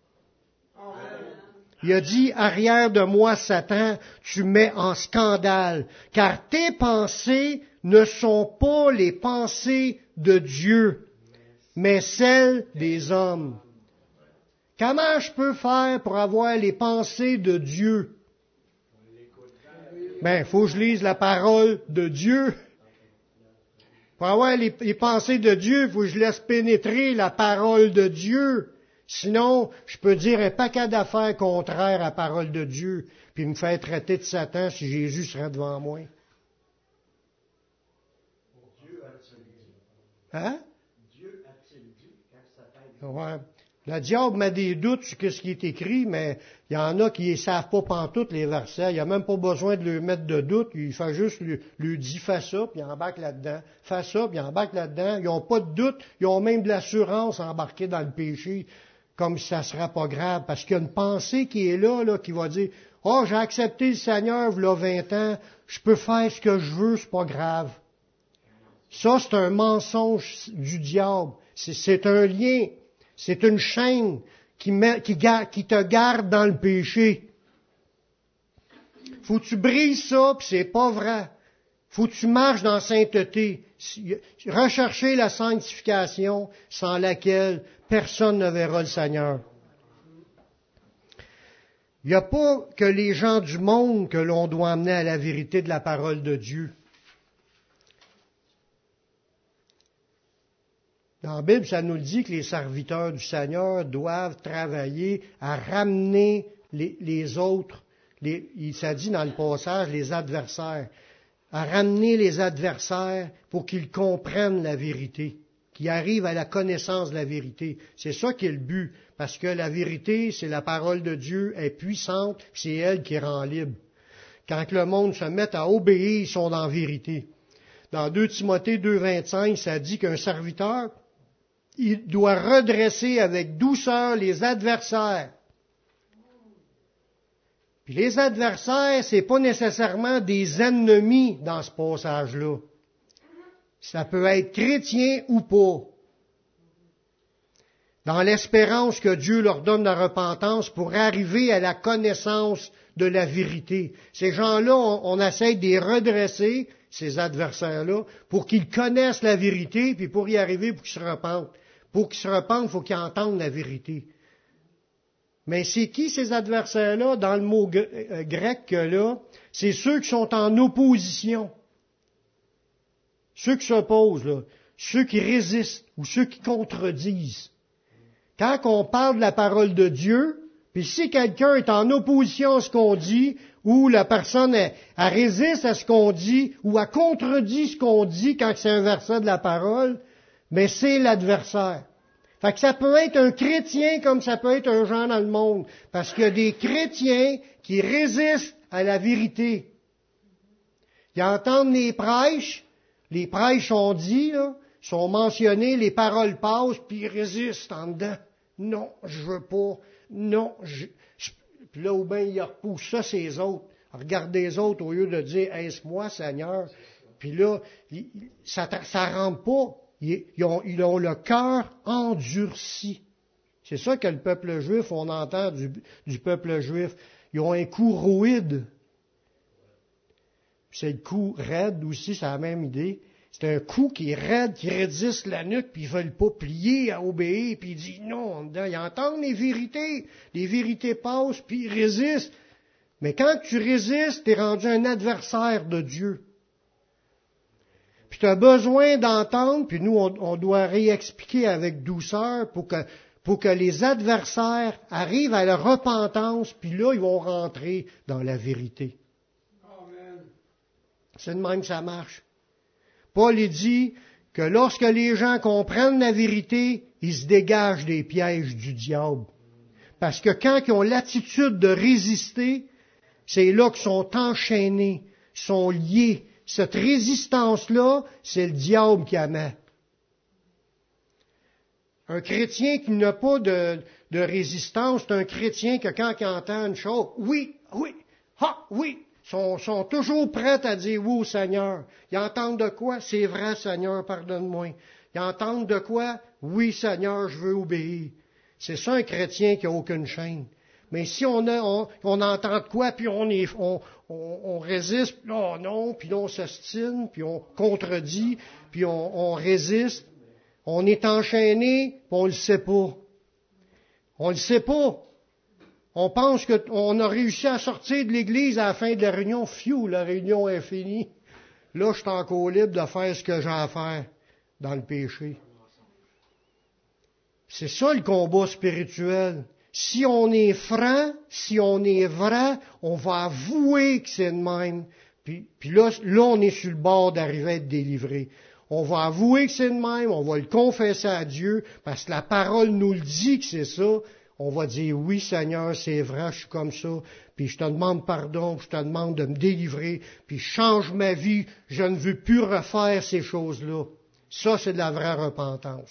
Il a dit, arrière de moi, Satan, tu mets en scandale, car tes pensées ne sont pas les pensées de Dieu, mais celles des hommes. Comment je peux faire pour avoir les pensées de Dieu? Ben, il faut que je lise la parole de Dieu. Pour avoir les pensées de Dieu, il faut que je laisse pénétrer la parole de Dieu. Sinon, je peux dire un paquet d'affaires contraires à la parole de Dieu, puis me faire traiter de Satan si Jésus serait devant moi. Hein? Dieu a-t-il dit quand Satan dit? Ouais. Le diable met des doutes sur ce qui est écrit, mais il y en a qui ne savent pas pantoute les versets. Il n'y a même pas besoin de leur mettre de doute. Il fait juste lui dire fais ça, puis il embarque là-dedans. Fais ça, puis il embarque là-dedans. Ils n'ont pas de doute. Ils ont même de l'assurance embarquée dans le péché, comme si ça ne sera pas grave. Parce qu'il y a une pensée qui est là, qui va dire oh, j'ai accepté le Seigneur, il y a 20 ans, je peux faire ce que je veux, c'est pas grave. Ça, c'est un mensonge du diable. C'est un lien. C'est une chaîne qui te garde dans le péché. Faut que tu brises ça, puis c'est pas vrai. Faut que tu marches dans la sainteté. Rechercher la sanctification sans laquelle personne ne verra le Seigneur. Il n'y a pas que les gens du monde que l'on doit amener à la vérité de la parole de Dieu. Dans la Bible, ça nous dit que les serviteurs du Seigneur doivent travailler à ramener les autres, ça dit dans le passage, les adversaires, à ramener les adversaires pour qu'ils comprennent la vérité, qu'ils arrivent à la connaissance de la vérité. C'est ça qui est le but, parce que la vérité, c'est la parole de Dieu, est puissante, c'est elle qui rend libre. Quand le monde se met à obéir, ils sont dans la vérité. Dans 2 Timothée 2,25, ça dit qu'un serviteur, il doit redresser avec douceur les adversaires. Puis les adversaires, c'est pas nécessairement des ennemis dans ce passage-là. Ça peut être chrétien ou pas. Dans l'espérance que Dieu leur donne la repentance pour arriver à la connaissance de la vérité. Ces gens-là, on essaie de les redresser, ces adversaires-là, pour qu'ils connaissent la vérité, puis pour y arriver, pour qu'ils se repentent. Pour qu'ils se repentent, il faut qu'ils entendent la vérité. Mais c'est qui ces adversaires-là? Dans le mot grec là, c'est ceux qui sont en opposition. Ceux qui s'opposent, là. Ceux qui résistent ou ceux qui contredisent. Quand on parle de la parole de Dieu, puis si quelqu'un est en opposition à ce qu'on dit, ou la personne elle résiste à ce qu'on dit, ou elle contredit ce qu'on dit quand c'est un verset de la parole, mais c'est l'adversaire. Fait que ça peut être un chrétien comme ça peut être un gens dans le monde. Parce qu'il y a des chrétiens qui résistent à la vérité. Ils entendent les prêches sont dits, là, sont mentionnés, les paroles passent, puis ils résistent en dedans. Non, je veux pas. Non, puis là, ou bien ils repoussent ça, c'est les autres. Regardez les autres au lieu de dire, est-ce moi, Seigneur? Puis là, ça rentre pas. Ils ont le cœur endurci. C'est ça que le peuple juif, on entend du peuple juif. Ils ont un cou roïde. C'est le cou raide aussi, c'est la même idée. C'est un cou qui est raide, qui résiste la nuque, puis ils veulent pas plier à obéir, puis ils disent non, ils entendent les vérités passent, puis ils résistent. Mais quand tu résistes, tu es rendu un adversaire de Dieu. Puis tu as besoin d'entendre, puis nous, on doit réexpliquer avec douceur pour que les adversaires arrivent à la repentance, puis là, ils vont rentrer dans la vérité. Amen. C'est de même que ça marche. Paul dit que lorsque les gens comprennent la vérité, ils se dégagent des pièges du diable. Parce que quand ils ont l'attitude de résister, c'est là qu'ils sont enchaînés, sont liés. Cette résistance-là, c'est le diable qui la met. Un chrétien qui n'a pas de résistance, c'est un chrétien que quand il entend une chose, oui, sont toujours prêts à dire oui au Seigneur. Ils entendent de quoi? C'est vrai, Seigneur, pardonne-moi. Ils entendent de quoi? Oui, Seigneur, je veux obéir. C'est ça un chrétien qui n'a aucune chaîne. Mais si on entend de quoi, puis on résiste, puis là, non, puis là, on s'ostine, puis on contredit, puis on résiste, on est enchaîné, puis on le sait pas. On le sait pas. On pense qu'on a réussi à sortir de l'Église à la fin de la réunion. Fiou, la réunion est finie. Là, je suis encore libre de faire ce que j'ai à faire dans le péché. C'est ça le combat spirituel. Si on est franc, si on est vrai, on va avouer que c'est de même. Puis là, on est sur le bord d'arriver à être délivré. on va avouer que c'est de même, on va le confesser à Dieu, parce que la parole nous le dit que c'est ça. On va dire, oui Seigneur, c'est vrai, je suis comme ça, puis je te demande pardon, puis je te demande de me délivrer, puis change ma vie, je ne veux plus refaire ces choses-là. Ça, c'est de la vraie repentance.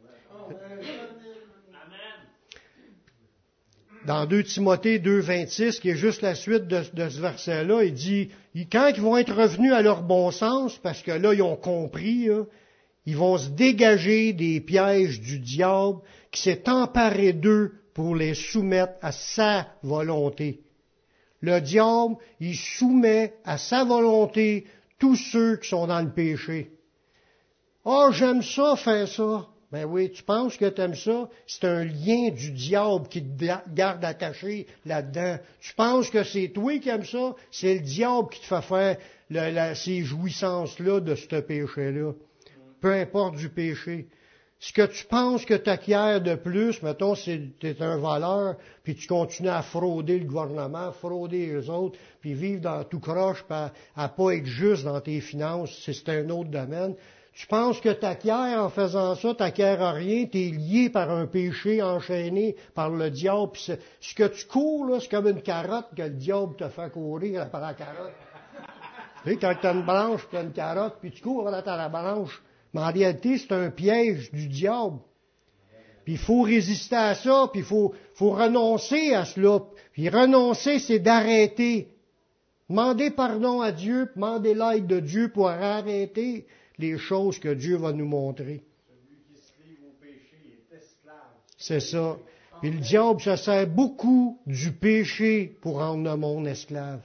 Dans 2 Timothée 2,26, qui est juste la suite de ce verset-là, il dit, quand ils vont être revenus à leur bon sens, parce que là, ils ont compris, là, ils vont se dégager des pièges du diable qui s'est emparé d'eux pour les soumettre à sa volonté. Le diable, il soumet à sa volonté tous ceux qui sont dans le péché. Oh, j'aime ça, faire ça. Ben oui, tu penses que tu aimes ça? C'est un lien du diable qui te garde attaché là-dedans. Tu penses que c'est toi qui aimes ça? C'est le diable qui te fait faire ces jouissances-là de ce péché-là. Peu importe du péché. Ce que tu penses que tu acquiers de plus, mettons, c'est tu es un voleur, puis tu continues à frauder le gouvernement, frauder les autres, puis vivre dans tout croche, puis à pas être juste dans tes finances, c'est un autre domaine. Tu penses que tu acquiers en faisant ça, tu n'acquiers rien, tu es lié par un péché enchaîné par le diable. Puis ce que tu cours, là, c'est comme une carotte que le diable te fait courir par la carotte. Tu sais, quand tu as une branche, tu as une carotte, puis tu cours à la branche. Mais en réalité, c'est un piège du diable. Puis il faut résister à ça, puis il faut renoncer à cela. Puis renoncer, c'est d'arrêter. Demander pardon à Dieu, demander l'aide de Dieu pour arrêter les choses que Dieu va nous montrer. Celui qui se livre au péché est esclave. C'est ça. Puis le diable se sert beaucoup du péché pour rendre le monde esclave.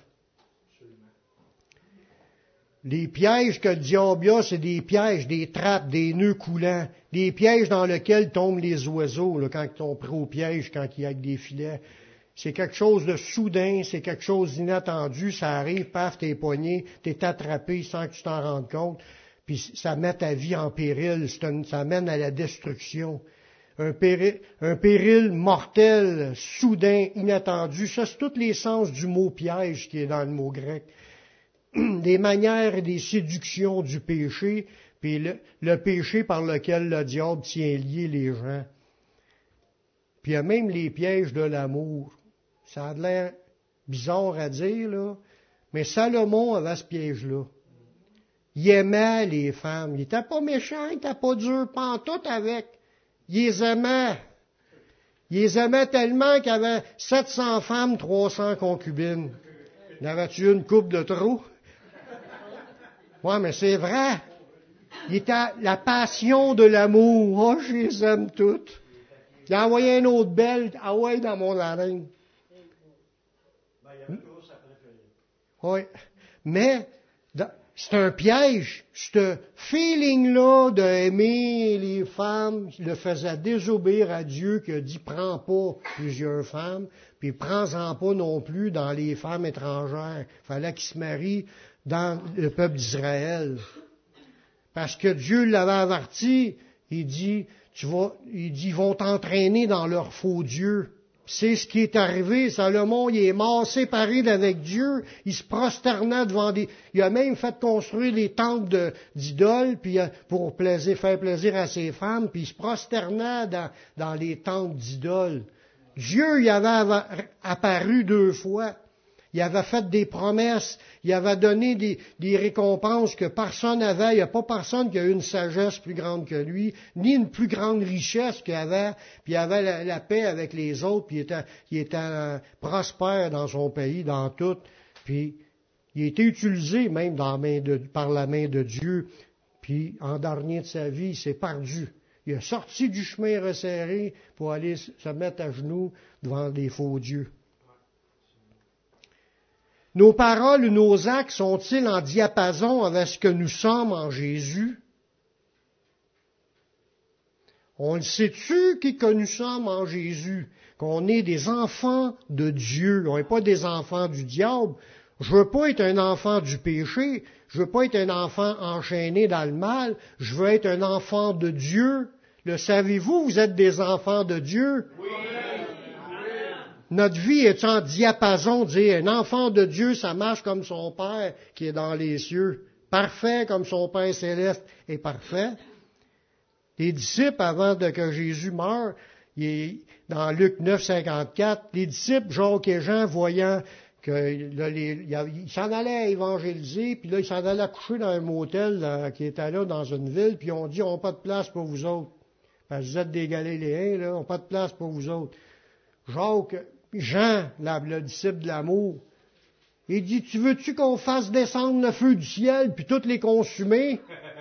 Les pièges que le diable a, c'est des pièges, des trappes, des nœuds coulants, des pièges dans lesquels tombent les oiseaux, là, quand ils sont pris au piège, quand il y a des filets. C'est quelque chose de soudain, c'est quelque chose d'inattendu, ça arrive, paf, t'es poigné, t'es attrapé sans que tu t'en rendes compte, puis ça met ta vie en péril, ça mène à la destruction. Un péril mortel, soudain, inattendu, ça c'est tous les sens du mot piège qui est dans le mot grec. Des manières et des séductions du péché, puis le péché par lequel le diable tient lié les gens. Puis il y a même les pièges de l'amour. Ça a l'air bizarre à dire, là, mais Salomon avait ce piège-là. Il aimait les femmes. Il n'était pas méchant, il n'était pas dur pantoute avec. Il les aimait. Il les aimait tellement qu'il avait 700 femmes, 300 concubines. N'avais-tu une coupe de trop? Ouais, mais c'est vrai. Il était la passion de l'amour. Oh, je les aime toutes. Il a envoyé une autre belle. Ah ouais, dans mon arène. Oui. Mais, c'est un piège. Ce feeling-là d'aimer les femmes, le faisait désobéir à Dieu qui a dit, prends pas plusieurs femmes, puis prends-en pas non plus dans les femmes étrangères. Il fallait qu'ils se marient dans le peuple d'Israël. Parce que Dieu l'avait averti, il dit, ils vont t'entraîner dans leur faux Dieu. C'est ce qui est arrivé. Salomon, il est mort séparé d'avec Dieu. Il se prosternait devant il a même fait construire des temples d'idoles, puis pour faire plaisir à ses femmes, puis il se prosternait dans les temples d'idoles. Dieu y avait apparu 2 fois. Il avait fait des promesses, il avait donné des récompenses que personne n'avait. Il n'y a pas personne qui a eu une sagesse plus grande que lui, ni une plus grande richesse qu'il avait. Puis il avait la paix avec les autres, puis il était prospère dans son pays, dans tout. Puis il a été utilisé même par la main de Dieu. Puis en dernier de sa vie, il s'est perdu. Il est sorti du chemin resserré pour aller se mettre à genoux devant des faux dieux. Nos paroles ou nos actes sont-ils en diapason avec ce que nous sommes en Jésus? On le sait-tu que nous sommes en Jésus? Qu'on est des enfants de Dieu. On n'est pas des enfants du diable. Je veux pas être un enfant du péché. Je veux pas être un enfant enchaîné dans le mal. Je veux être un enfant de Dieu. Le savez-vous, vous êtes des enfants de Dieu? Oui. Notre vie est en diapason, dire un enfant de Dieu, ça marche comme son Père qui est dans les cieux. parfait comme son Père céleste est parfait. Les disciples, avant que Jésus meure, dans Luc 9, 54, les disciples, Jacques et Jean, voyant qu'ils s'en allaient évangéliser, puis là, ils s'en allaient coucher dans un motel qui était là dans une ville, puis ils ont dit, on n'a pas de place pour vous autres. Parce que vous êtes des Galiléens, là, on n'a pas de place pour vous autres. Jean, le disciple de l'amour, il dit, tu veux-tu qu'on fasse descendre le feu du ciel, puis toutes les consumer?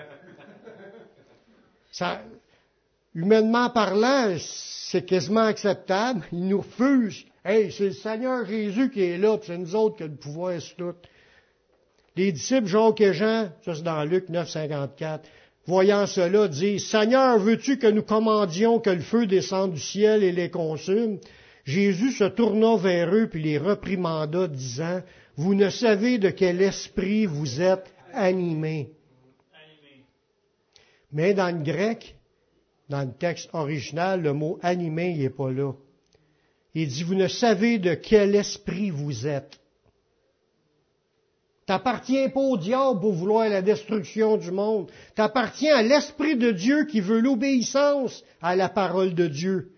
Ça, humainement parlant, c'est quasiment acceptable. Il nous refuse. Hey, c'est le Seigneur Jésus qui est là, puis c'est nous autres qui avons le pouvoir sur tout. Les disciples, Jacques et Jean, ça c'est dans Luc 9, 54, voyant cela, disent, Seigneur, veux-tu que nous commandions que le feu descende du ciel et les consume? Jésus se tourna vers eux, puis les reprimanda, disant, vous ne savez de quel esprit vous êtes animés. Mais dans le grec, dans le texte original, le mot animé n'est pas là. Il dit, vous ne savez de quel esprit vous êtes. T'appartiens pas au diable pour vouloir la destruction du monde. T'appartiens à l'Esprit de Dieu qui veut l'obéissance à la parole de Dieu.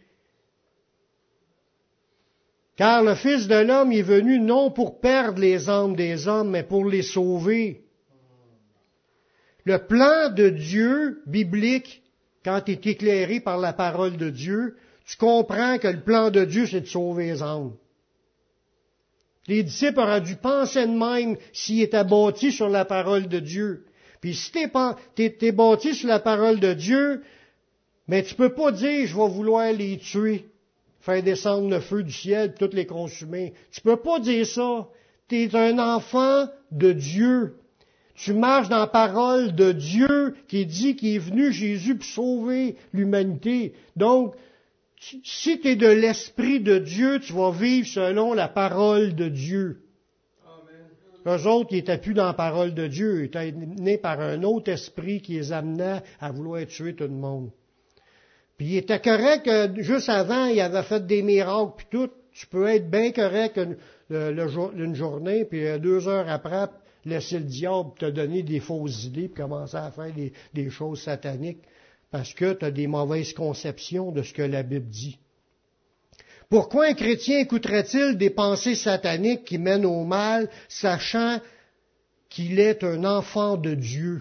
Car le Fils de l'homme est venu non pour perdre les âmes des hommes, mais pour les sauver. Le plan de Dieu biblique, quand il est éclairé par la parole de Dieu, tu comprends que le plan de Dieu, c'est de sauver les âmes. Les disciples auraient dû penser de même s'ils étaient bâtis sur la parole de Dieu. Puis si t'es bâti sur la parole de Dieu, mais tu peux pas dire, je vais vouloir les tuer, faire descendre le feu du ciel, toutes les consumer. Tu peux pas dire ça. Tu es un enfant de Dieu. Tu marches dans la parole de Dieu qui dit qu'il est venu Jésus pour sauver l'humanité. Donc, si tu es de l'Esprit de Dieu, tu vas vivre selon la parole de Dieu. Amen. Eux autres, ils n'étaient plus dans la parole de Dieu. Ils étaient nés par un autre esprit qui les amenait à vouloir tuer tout le monde. Puis il était correct que juste avant, il avait fait des miracles, puis tout. Tu peux être bien correct une journée, puis 2 heures après, laisser le diable te donner des fausses idées, puis commencer à faire des choses sataniques, parce que tu as des mauvaises conceptions de ce que la Bible dit. Pourquoi un chrétien écouterait-il des pensées sataniques qui mènent au mal, sachant qu'il est un enfant de Dieu?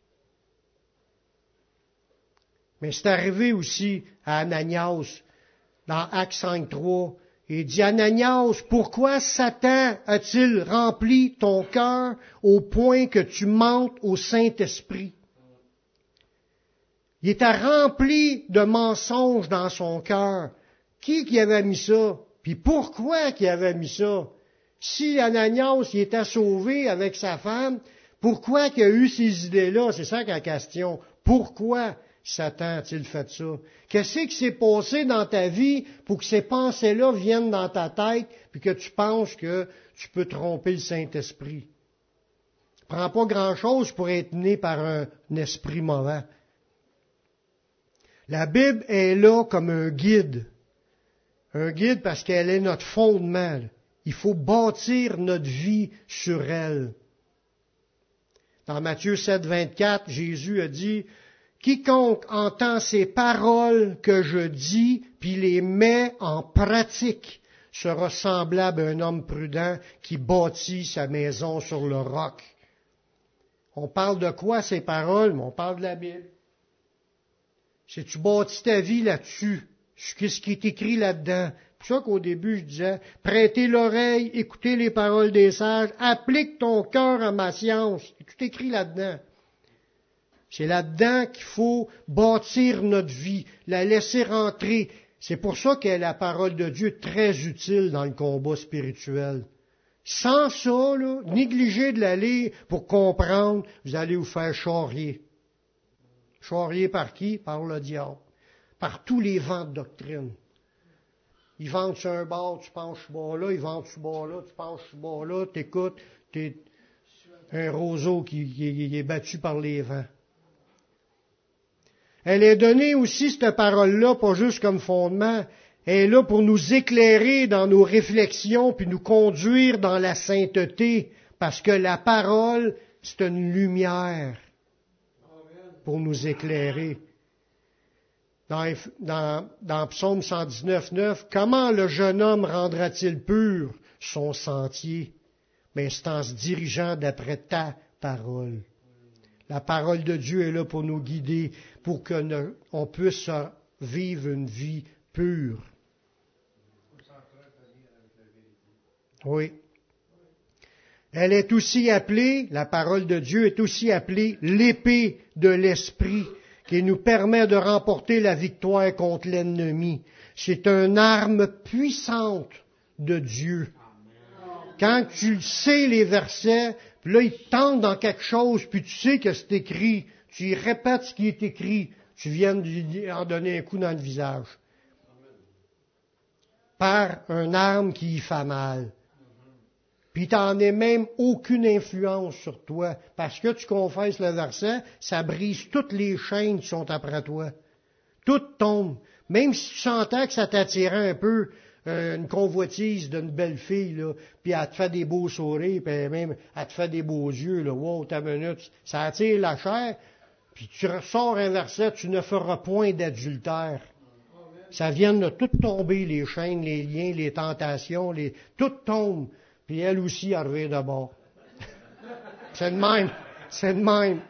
Mais c'est arrivé aussi à Ananias, dans Actes 5.3. Il dit, Ananias, pourquoi Satan a-t-il rempli ton cœur au point que tu mentes au Saint-Esprit? Il était rempli de mensonges dans son cœur. Qui avait mis ça? Puis pourquoi qui avait mis ça? Si Ananias il était sauvé avec sa femme, pourquoi qu'il a eu ces idées-là? C'est ça la question. Pourquoi Satan a-t-il fait ça? Qu'est-ce qui s'est passé dans ta vie pour que ces pensées-là viennent dans ta tête puis que tu penses que tu peux tromper le Saint-Esprit? Prends pas grand-chose pour être né par un esprit mauvais. La Bible est là comme un guide. Un guide parce qu'elle est notre fondement. Il faut bâtir notre vie sur elle. Dans Matthieu 7, 24, Jésus a dit, « Quiconque entend ces paroles que je dis, puis les met en pratique, sera semblable à un homme prudent qui bâtit sa maison sur le roc. » On parle de quoi ces paroles? On parle de la Bible. Si tu bâtis ta vie là-dessus, qu'est-ce qui est écrit là-dedans? C'est pour ça qu'au début, je disais, prêtez l'oreille, écoutez les paroles des sages, applique ton cœur à ma science. C'est tout écrit là-dedans. C'est là-dedans qu'il faut bâtir notre vie, la laisser rentrer. C'est pour ça que la parole de Dieu est très utile dans le combat spirituel. Sans ça, là, négligez de la lire pour comprendre, vous allez vous faire charrier. Charrier par qui? Par le diable. Par tous les vents de doctrine. Ils vendent sur un bord, tu penches sur ce bord-là, ils vendent sur ce bord-là, tu penches sur ce bord-là, t'écoutes, t'es un roseau qui est battu par les vents. Elle est donnée aussi, cette parole-là, pas juste comme fondement, elle est là pour nous éclairer dans nos réflexions, puis nous conduire dans la sainteté, parce que la parole, c'est une lumière pour nous éclairer. Dans Psaume 119, 9, comment le jeune homme rendra-t-il pur son sentier? Mais c'est en se dirigeant d'après ta parole. La parole de Dieu est là pour nous guider, pour qu'on puisse vivre une vie pure. Oui. Elle est aussi appelée, la parole de Dieu est aussi appelée l'épée de l'esprit, qui nous permet de remporter la victoire contre l'ennemi. C'est une arme puissante de Dieu. Quand tu sais les versets, puis là, il te tente dans quelque chose, puis tu sais que c'est écrit, tu y répètes ce qui est écrit, tu viens de lui en donner un coup dans le visage. Par une arme qui y fait mal. Puis tu n'en as même aucune influence sur toi. Parce que tu confesses le verset, ça brise toutes les chaînes qui sont après toi. Tout tombe. Même si tu sentais que ça t'attirait un peu, une convoitise d'une belle fille, là, puis elle te fait des beaux sourires, puis même elle te fait des beaux yeux, là, wow, ta minute, ça attire la chair, puis tu ressors un verset, tu ne feras point d'adultère. Ça vient de tout tomber, les chaînes, les liens, les tentations, tout tombe. Puis elle aussi, elle revient de bord. C'est de même. C'est de même.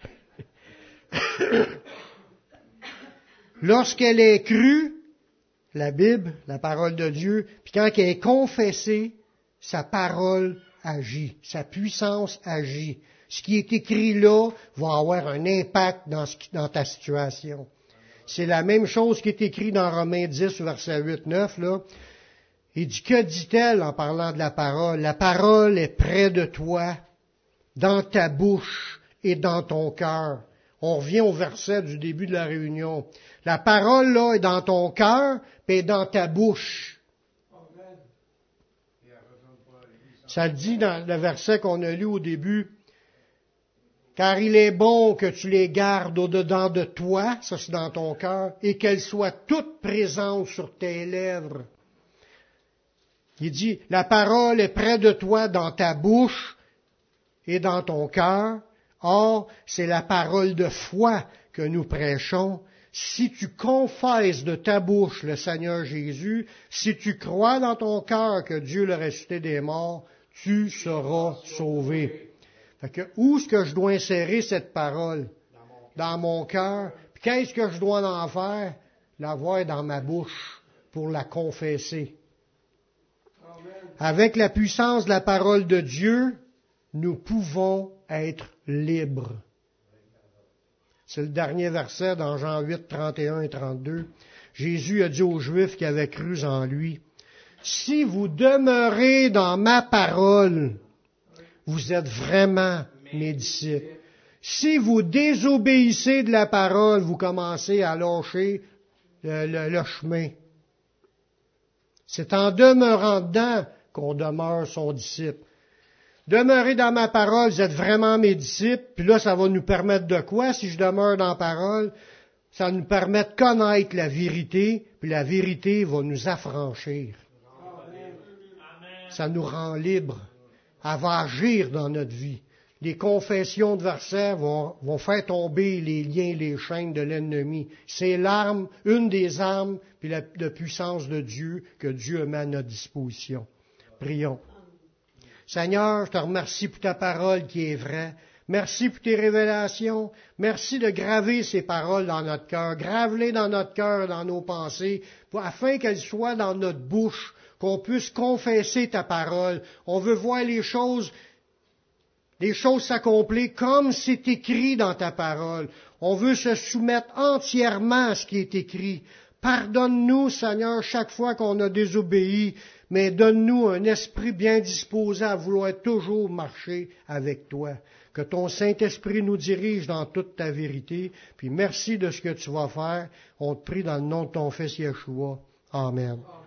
Lorsqu'elle est crue, la Bible, la parole de Dieu, puis quand elle est confessée, sa parole agit, sa puissance agit. Ce qui est écrit là va avoir un impact dans ta situation. C'est la même chose qui est écrit dans Romains 10, verset 8, 9, là. Il dit, que dit-elle en parlant de la parole? La parole est près de toi, dans ta bouche et dans ton cœur. On revient au verset du début de la réunion. La parole, là, est dans ton cœur, puis est dans ta bouche. Ça dit dans le verset qu'on a lu au début, car il est bon que tu les gardes au-dedans de toi, ça c'est dans ton cœur, et qu'elles soient toutes présentes sur tes lèvres. Il dit, la parole est près de toi dans ta bouche et dans ton cœur. Or, c'est la parole de foi que nous prêchons. Si tu confesses de ta bouche le Seigneur Jésus, si tu crois dans ton cœur que Dieu l'a ressuscité des morts, tu seras sauvé. Fait que, où est-ce que je dois insérer cette parole? Dans mon cœur. Puis qu'est-ce que je dois en faire? L'avoir dans ma bouche pour la confesser. Avec la puissance de la parole de Dieu, nous pouvons être libres. C'est le dernier verset dans Jean 8, 31 et 32. Jésus a dit aux Juifs qui avaient cru en lui, « Si vous demeurez dans ma parole, vous êtes vraiment mes disciples. Si vous désobéissez de la parole, vous commencez à lâcher le chemin. » C'est en demeurant dedans qu'on demeure son disciple. Demeurez dans ma parole, vous êtes vraiment mes disciples, puis là, ça va nous permettre de quoi, si je demeure dans la parole? Ça nous permet de connaître la vérité, puis la vérité va nous affranchir. Ça nous rend libres. Elle va agir dans notre vie. Les confessions de versets vont faire tomber les liens, les chaînes de l'ennemi. C'est l'arme, une des armes, puis la puissance de Dieu que Dieu met à notre disposition. Prions. Seigneur, je te remercie pour ta parole qui est vraie. Merci pour tes révélations. Merci de graver ces paroles dans notre cœur. Grave-les dans notre cœur, dans nos pensées, afin qu'elles soient dans notre bouche, qu'on puisse confesser ta parole. On veut voir les choses s'accomplir comme c'est écrit dans ta parole. On veut se soumettre entièrement à ce qui est écrit. Pardonne-nous, Seigneur, chaque fois qu'on a désobéi, mais donne-nous un esprit bien disposé à vouloir toujours marcher avec toi. Que ton Saint-Esprit nous dirige dans toute ta vérité. Puis merci de ce que tu vas faire. On te prie dans le nom de ton Fils Yeshua. Amen.